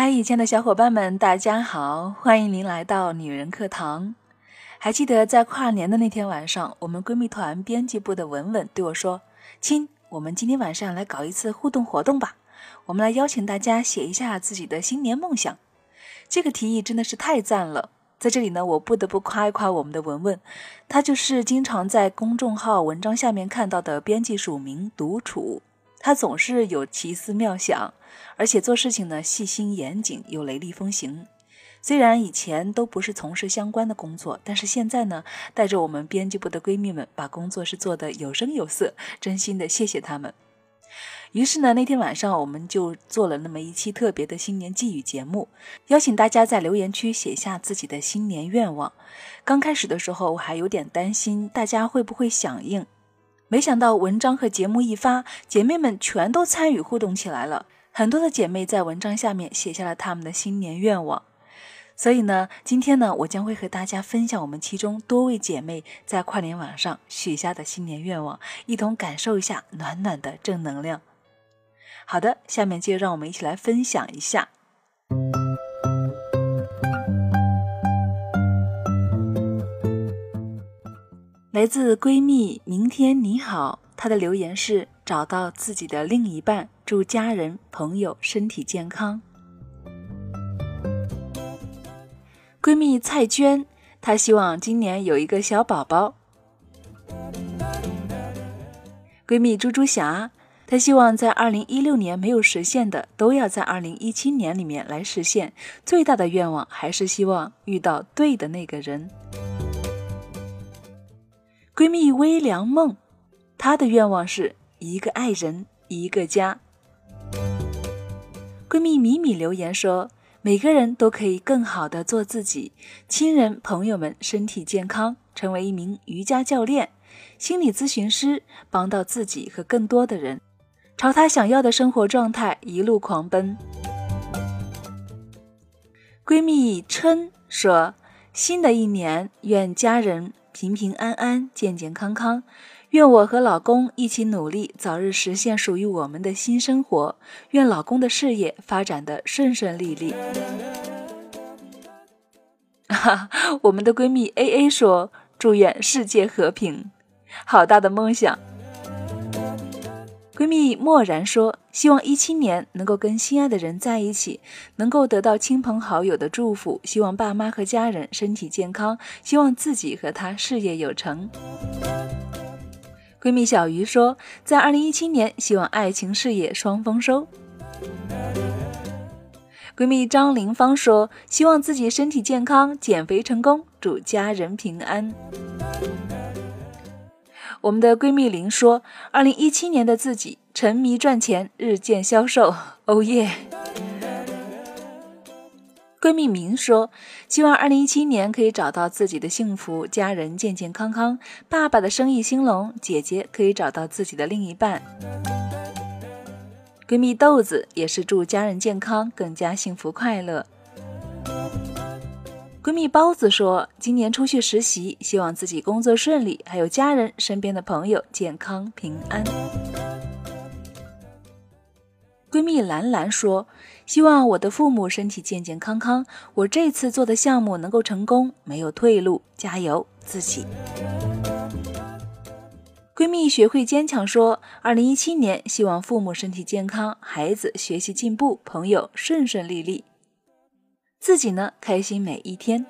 嗨，亲爱的小伙伴们，大家好，欢迎您来到女人课堂。还记得在跨年的那天晚上，我们闺蜜团编辑部的文文对我说，亲，我们今天晚上来搞一次互动活动吧，我们来邀请大家写一下自己的新年梦想。这个提议真的是太赞了，在这里呢，我不得不夸一夸我们的文文，她就是经常在公众号文章下面看到的编辑署名独处。他总是有奇思妙想，而且做事情呢细心严谨，有雷厉风行。虽然以前都不是从事相关的工作，但是现在呢，带着我们编辑部的闺蜜们把工作是做得有声有色，真心的谢谢他们。于是呢，那天晚上我们就做了那么一期特别的新年寄语节目，邀请大家在留言区写下自己的新年愿望。刚开始的时候我还有点担心大家会不会响应，没想到文章和节目一发，姐妹们全都参与互动起来了。很多的姐妹在文章下面写下了她们的新年愿望。所以呢，今天呢，我将会和大家分享我们其中多位姐妹在跨年晚上许下的新年愿望，一同感受一下暖暖的正能量。好的，下面就让我们一起来分享一下。来自闺蜜明天你好，她的留言是找到自己的另一半，祝家人朋友身体健康。闺蜜蔡娟，她希望今年有一个小宝宝。闺蜜猪猪侠，她希望在2016年没有实现的都要在2017年里面来实现，最大的愿望还是希望遇到对的那个人。闺蜜微凉梦，她的愿望是一个爱人，一个家。闺蜜米米留言说，每个人都可以更好的做自己，亲人朋友们身体健康，成为一名瑜伽教练、心理咨询师，帮到自己和更多的人，朝她想要的生活状态一路狂奔。闺蜜琛说，新的一年愿家人平平安安，健健康康，愿我和老公一起努力，早日实现属于我们的新生活，愿老公的事业发展得顺顺利利。我们的闺蜜 AA 说，祝愿世界和平，好大的梦想。闺蜜默然说，希望17年能够跟心爱的人在一起，能够得到亲朋好友的祝福，希望爸妈和家人身体健康，希望自己和他事业有成。闺蜜小鱼说，在2017年希望爱情事业双丰收。闺蜜张玲芳说，希望自己身体健康，减肥成功，祝家人平安。我们的闺蜜林说，2017年的自己沉迷赚钱，日渐消瘦，哦耶。闺蜜明说，希望2017年可以找到自己的幸福，家人健健康康，爸爸的生意兴隆，姐姐可以找到自己的另一半。闺蜜豆子也是祝家人健康，更加幸福快乐。闺蜜包子说，今年出去实习，希望自己工作顺利，还有家人身边的朋友健康平安。闺蜜兰兰说，希望我的父母身体健健康康，我这次做的项目能够成功，没有退路，加油自己。闺蜜学会坚强说，2017年希望父母身体健康，孩子学习进步，朋友顺顺利利，自己呢开心每一天。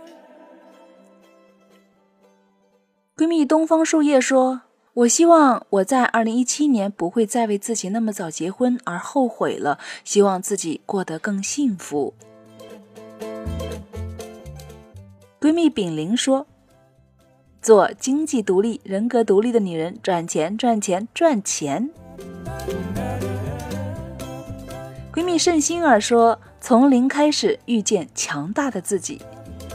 闺蜜东方树叶说，我希望我在2017年不会再为自己那么早结婚而后悔了，希望自己过得更幸福。闺蜜炳玲说，做经济独立、人格独立的女人，赚钱赚钱赚钱。闺蜜盛心儿说，从零开始遇见强大的自己。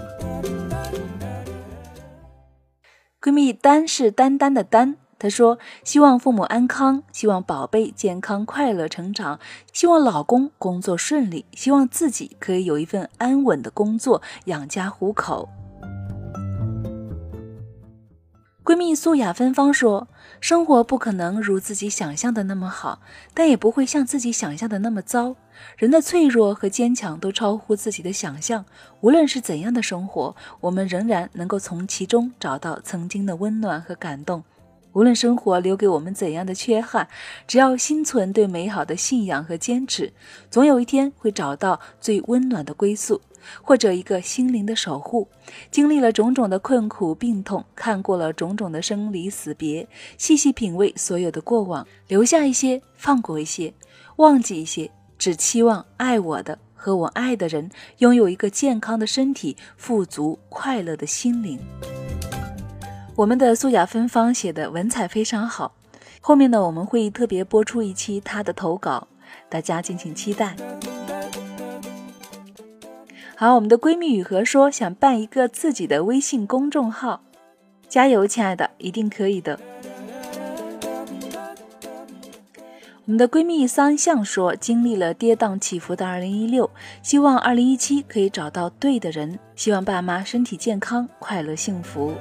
闺蜜丹是丹丹的丹，她说，希望父母安康，希望宝贝健康快乐成长，希望老公工作顺利，希望自己可以有一份安稳的工作，养家糊口。 闺蜜素雅芬芳说，生活不可能如自己想象的那么好，但也不会像自己想象的那么糟。人的脆弱和坚强都超乎自己的想象，无论是怎样的生活，我们仍然能够从其中找到曾经的温暖和感动。无论生活留给我们怎样的缺憾，只要心存对美好的信仰和坚持，总有一天会找到最温暖的归宿，或者一个心灵的守护。经历了种种的困苦病痛，看过了种种的生离死别，细细品味所有的过往，留下一些，放过一些，忘记一些，只期望爱我的和我爱的人拥有一个健康的身体，富足快乐的心灵。我们的素雅芬芳写的文采非常好，后面呢我们会特别播出一期她的投稿，大家敬请期待。好，我们的闺蜜雨禾说想办一个自己的微信公众号，加油亲爱的，一定可以的。我们的闺蜜三项说，经历了跌宕起伏的2016，希望2017可以找到对的人，希望爸妈身体健康，快乐幸福。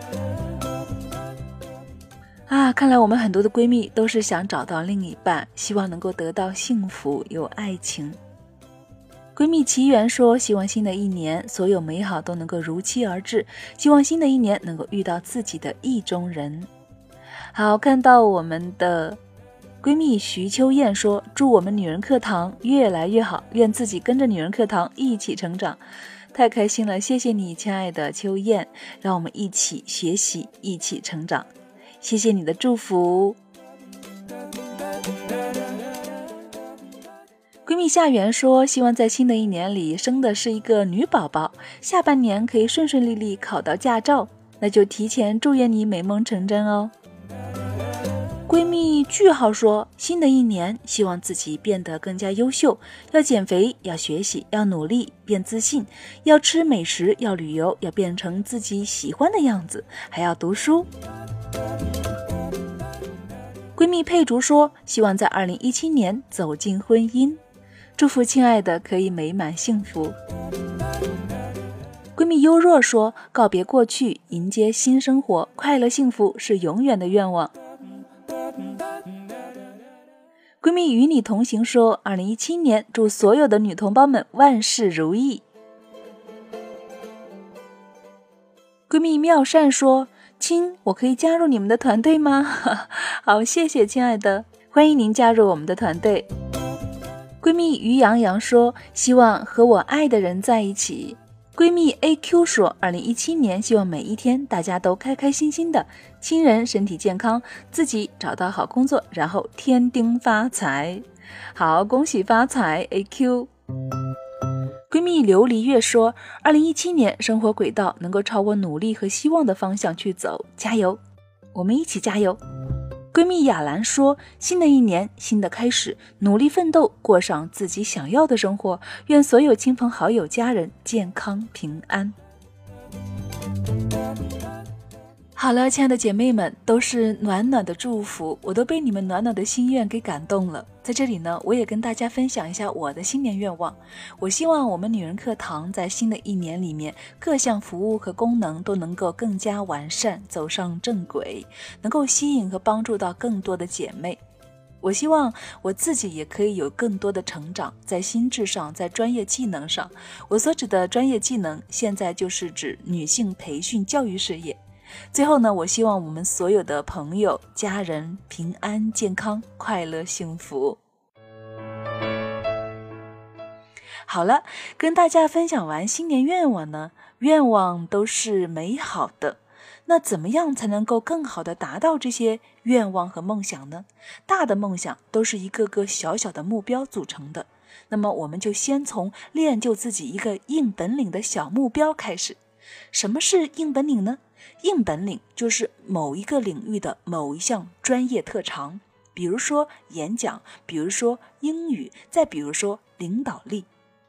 看来我们很多的闺蜜都是想找到另一半，希望能够得到幸福，有爱情。闺蜜奇缘说，希望新的一年所有美好都能够如期而至，希望新的一年能够遇到自己的意中人。好，看到我们的闺蜜徐秋燕说，祝我们女人课堂越来越好，愿自己跟着女人课堂一起成长。太开心了，谢谢你亲爱的秋燕，让我们一起学习，一起成长，谢谢你的祝福。闺蜜夏媛说，希望在新的一年里生的是一个女宝宝，下半年可以顺顺利利考到驾照，那就提前祝愿你美梦成真哦。闺蜜句号说，新的一年希望自己变得更加优秀，要减肥，要学习，要努力，变自信，要吃美食，要旅游，要变成自己喜欢的样子，还要读书。闺蜜佩竹说，希望在2017年走进婚姻，祝福亲爱的可以美满幸福。闺蜜优若说，告别过去，迎接新生活，快乐幸福是永远的愿望。闺蜜与你同行说，2017年祝所有的女同胞们万事如意。闺蜜妙善说，亲，我可以加入你们的团队吗？好，谢谢亲爱的，欢迎您加入我们的团队。闺蜜于洋洋说，希望和我爱的人在一起。闺蜜 AQ 说，2017年希望每一天大家都开开心心的，亲人身体健康，自己找到好工作，然后天丁发财。好，恭喜发财 AQ。闺蜜琉璃月说，2017年生活轨道能够朝我努力和希望的方向去走，加油，我们一起加油。闺蜜雅兰说，新的一年新的开始，努力奋斗，过上自己想要的生活，愿所有亲朋好友家人健康平安。好了，亲爱的姐妹们，都是暖暖的祝福，我都被你们暖暖的心愿给感动了。在这里呢，我也跟大家分享一下我的新年愿望。我希望我们女人课堂在新的一年里面，各项服务和功能都能够更加完善，走上正轨，能够吸引和帮助到更多的姐妹。我希望我自己也可以有更多的成长，在心智上，在专业技能上。我所指的专业技能，现在就是指女性培训教育事业。最后呢，我希望我们所有的朋友、家人平安、健康、快乐、幸福。好了，跟大家分享完新年愿望呢，愿望都是美好的。那怎么样才能够更好的达到这些愿望和梦想呢？大的梦想都是一个个小小的目标组成的。那么我们就先从练就自己一个硬本领的小目标开始。什么是硬本领呢？硬本领就是某一个领域的某一项专业特长，比如说演讲，比如说英语，再比如说领导力。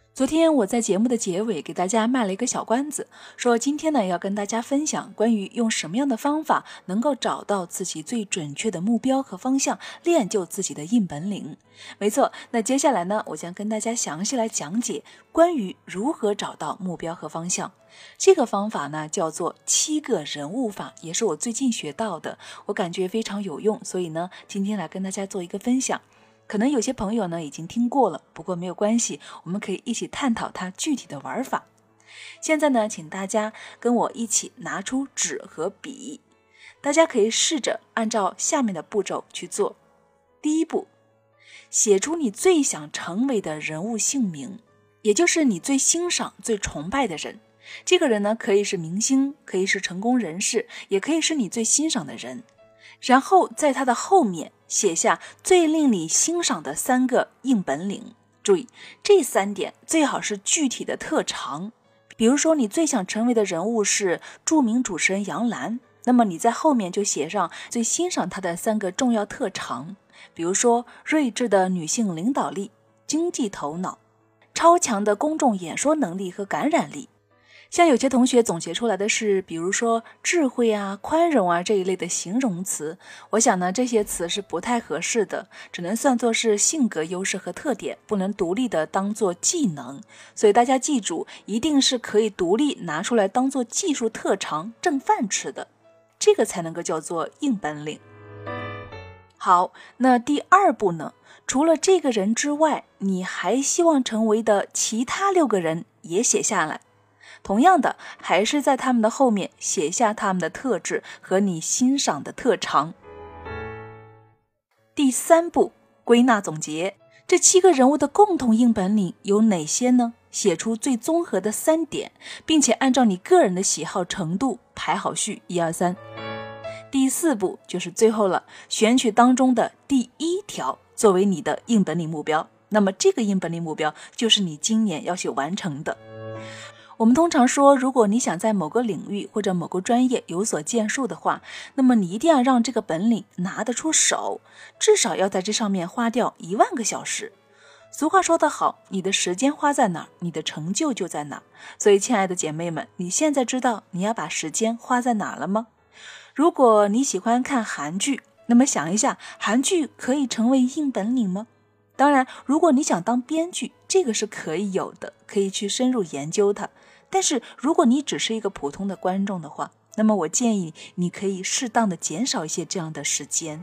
昨天我在节目的结尾给大家卖了一个小关子，说今天呢要跟大家分享关于用什么样的方法能够找到自己最准确的目标和方向，练就自己的硬本领。没错，那接下来呢，我将跟大家详细来讲解关于如何找到目标和方向。这个方法呢叫做7个人物法，也是我最近学到的，我感觉非常有用，所以呢今天来跟大家做一个分享。可能有些朋友呢已经听过了，不过没有关系，我们可以一起探讨它具体的玩法。现在呢，请大家跟我一起拿出纸和笔，大家可以试着按照下面的步骤去做。第一步，写出你最想成为的人物姓名，也就是你最欣赏、最崇拜的人。这个人呢，可以是明星，可以是成功人士，也可以是你最欣赏的人。然后在他的后面写下最令你欣赏的3个硬本领。注意，这3点最好是具体的特长。比如说你最想成为的人物是著名主持人杨澜，那么你在后面就写上最欣赏他的3个重要特长，比如说睿智的女性领导力、经济头脑、超强的公众演说能力和感染力。像有些同学总结出来的是比如说智慧啊、宽容啊这一类的形容词，我想呢这些词是不太合适的，只能算作是性格优势和特点，不能独立的当做技能。所以大家记住，一定是可以独立拿出来当做技术特长挣饭吃的，这个才能够叫做硬本领。好，那第2步呢，除了这个人之外，你还希望成为的其他6个人也写下来。同样的，还是在他们的后面写下他们的特质和你欣赏的特长。第3步，归纳总结，这7个人物的共同硬本领有哪些呢？写出最综合的3点，并且按照你个人的喜好程度排好序，1、2、3。第4步就是最后了，选取当中的第1条作为你的硬本领目标。那么这个硬本领目标就是你今年要去完成的。我们通常说，如果你想在某个领域或者某个专业有所建树的话，那么你一定要让这个本领拿得出手，至少要在这上面花掉1万个小时。俗话说得好，你的时间花在哪儿，你的成就就在哪儿。所以亲爱的姐妹们，你现在知道你要把时间花在哪儿了吗？如果你喜欢看韩剧，那么想一下，韩剧可以成为硬本领吗？当然，如果你想当编剧，这个是可以有的，可以去深入研究它。但是如果你只是一个普通的观众的话，那么我建议你可以适当的减少一些这样的时间。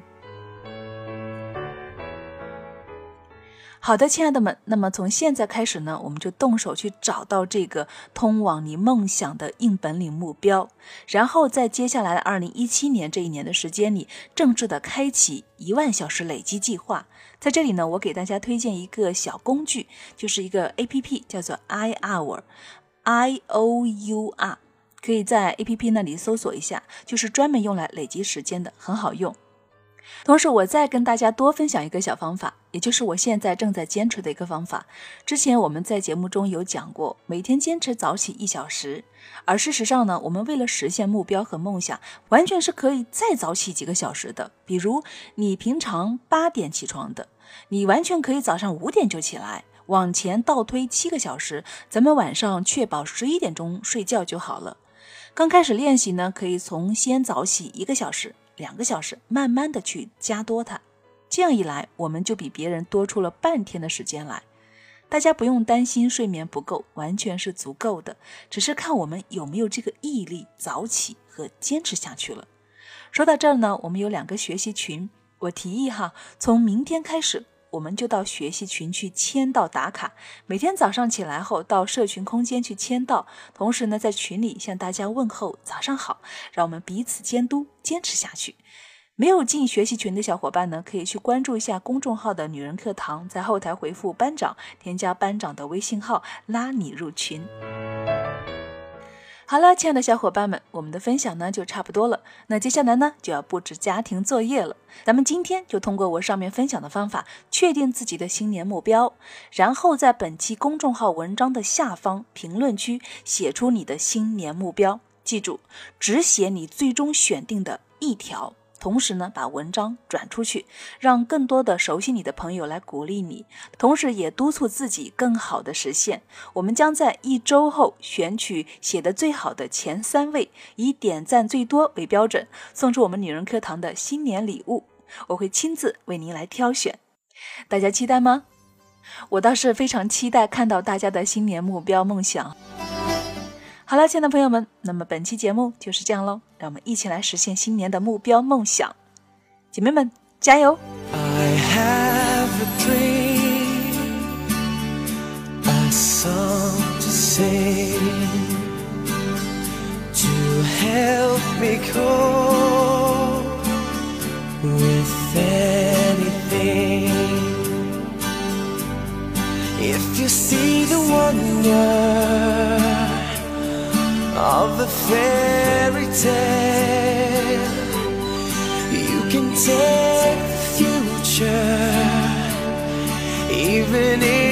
好的，亲爱的们，那么从现在开始呢，我们就动手去找到这个通往你梦想的硬本领目标，然后在接下来的2017年这一年的时间里，正式的开启1万小时累积计划。在这里呢，我给大家推荐一个小工具，就是一个 APP 叫做 iHour， IOUR， 可以在 APP 那里搜索一下，就是专门用来累积时间的，很好用。同时我再跟大家多分享一个小方法，也就是我现在正在坚持的一个方法。之前我们在节目中有讲过，每天坚持早起1小时，而事实上呢，我们为了实现目标和梦想，完全是可以再早起几个小时的。比如你平常8点起床的，你完全可以早上5点就起来，往前倒推7个小时，咱们晚上确保11点钟睡觉就好了。刚开始练习呢，可以从先早起1个小时、2个小时，慢慢的去加多它。这样一来，我们就比别人多出了半天的时间来。大家不用担心睡眠不够，完全是足够的，只是看我们有没有这个毅力早起和坚持下去了。说到这儿呢，我们有2个学习群，我提议从明天开始，我们就到学习群去签到打卡，每天早上起来后到社群空间去签到，同时呢在群里向大家问候早上好，让我们彼此监督，坚持下去。没有进学习群的小伙伴呢，可以去关注一下公众号的女人课堂，在后台回复班长，添加班长的微信号，拉你入群。好了，亲爱的小伙伴们，我们的分享呢就差不多了。那接下来呢就要布置家庭作业了。咱们今天就通过我上面分享的方法，确定自己的新年目标，然后在本期公众号文章的下方评论区写出你的新年目标。记住，只写你最终选定的1条， 同时呢，把文章转出去，让更多的熟悉你的朋友来鼓励你，同时也督促自己更好的实现。我们将在1周后选取写得最好的前3位，以点赞最多为标准，送出我们女人课堂的新年礼物。我会亲自为您来挑选，大家期待吗？我倒是非常期待看到大家的新年目标梦想。好了，亲爱的朋友们，那么本期节目就是这样咯，让我们一起来实现新年的目标梦想。姐妹们，加油！ I have a dream, a song to sing, to help me cope with anything. If you see the wonder of a fairy tale, you can take the future, even if